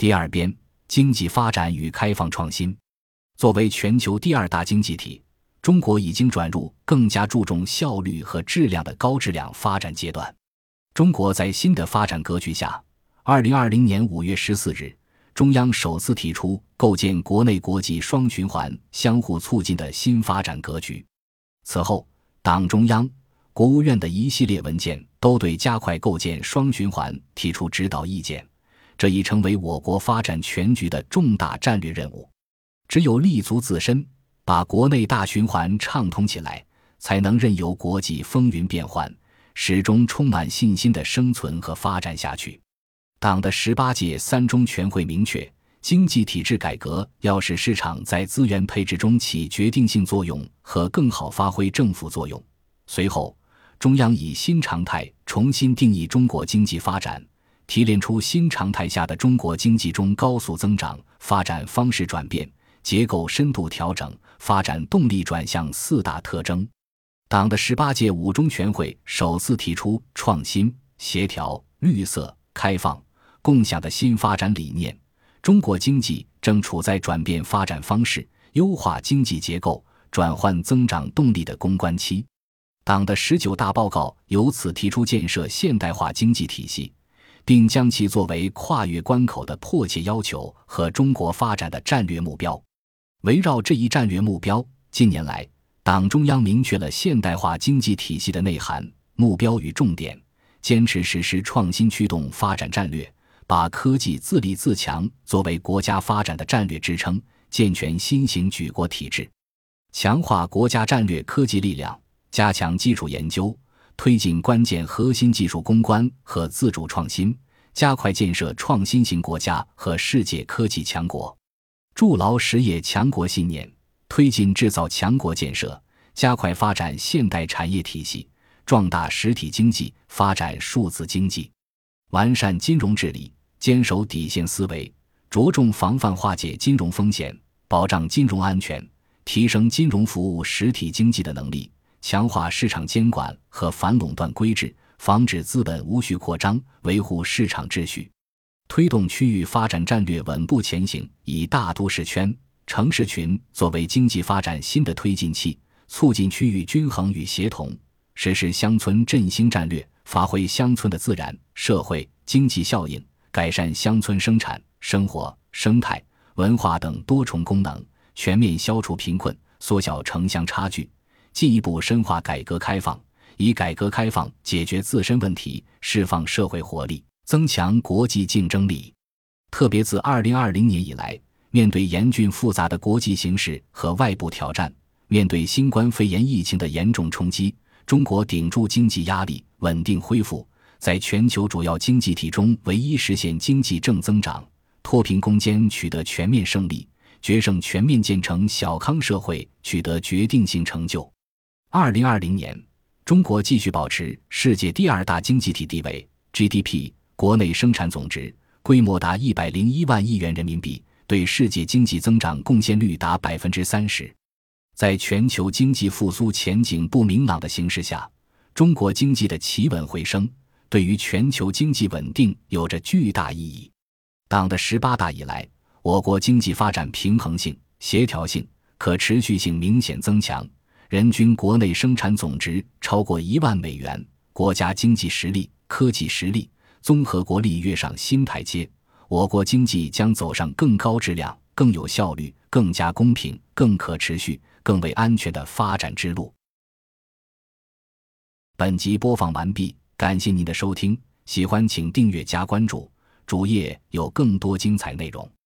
第二编，经济发展与开放创新。作为全球第二大经济体，中国已经转入更加注重效率和质量的高质量发展阶段。中国在新的发展格局下，2020年5月14日，中央首次提出构建国内国际双循环相互促进的新发展格局。此后，党中央、国务院的一系列文件都对加快构建双循环提出指导意见，这已成为我国发展全局的重大战略任务。只有立足自身，把国内大循环畅通起来，才能任由国际风云变幻，始终充满信心地生存和发展下去。党的18届3中全会明确，经济体制改革要使市场在资源配置中起决定性作用和更好发挥政府作用。随后，中央以新常态重新定义中国经济发展，提炼出新常态下的中国经济中高速增长、发展方式转变、结构深度调整、发展动力转向4大特征。党的18届5中全会首次提出创新、协调、绿色、开放、共享的新发展理念。中国经济正处在转变发展方式、优化经济结构、转换增长动力的攻关期。党的19大报告由此提出建设现代化经济体系，并将其作为跨越关口的迫切要求和中国发展的战略目标。围绕这一战略目标，近年来，党中央明确了现代化经济体系的内涵、目标与重点，坚持实施创新驱动发展战略，把科技自立自强作为国家发展的战略支撑，健全新型举国体制，强化国家战略科技力量，加强基础研究，推进关键核心技术攻关和自主创新，加快建设创新型国家和世界科技强国，筑牢实业强国信念，推进制造强国建设，加快发展现代产业体系，壮大实体经济，发展数字经济，完善金融治理，坚守底线思维，着重防范化解金融风险，保障金融安全，提升金融服务实体经济的能力，强化市场监管和反垄断规制，防止资本无序扩张，维护市场秩序，推动区域发展战略稳步前行，以大都市圈、城市群作为经济发展新的推进器，促进区域均衡与协同，实施乡村振兴战略，发挥乡村的自然、社会、经济效应，改善乡村生产、生活、生态、文化等多重功能，全面消除贫困，缩小城乡差距，进一步深化改革开放，以改革开放解决自身问题，释放社会活力，增强国际竞争力。特别自2020年以来，面对严峻复杂的国际形势和外部挑战，面对新冠肺炎疫情的严重冲击，中国顶住经济压力，稳定恢复，在全球主要经济体中唯一实现经济正增长，脱贫攻坚取得全面胜利，决胜全面建成小康社会取得决定性成就。2020年，中国继续保持世界第二大经济体地位， GDP 国内生产总值规模达101万亿元人民币，对世界经济增长贡献率达 30%。 在全球经济复苏前景不明朗的形势下，中国经济的企稳回升对于全球经济稳定有着巨大意义。党的18大以来，我国经济发展平衡性、协调性、可持续性明显增强，人均国内生产总值超过1万美元，国家经济实力、科技实力、综合国力跃上新台阶，我国经济将走上更高质量、更有效率、更加公平、更可持续、更为安全的发展之路。本集播放完毕，感谢您的收听，喜欢请订阅加关注，主页有更多精彩内容。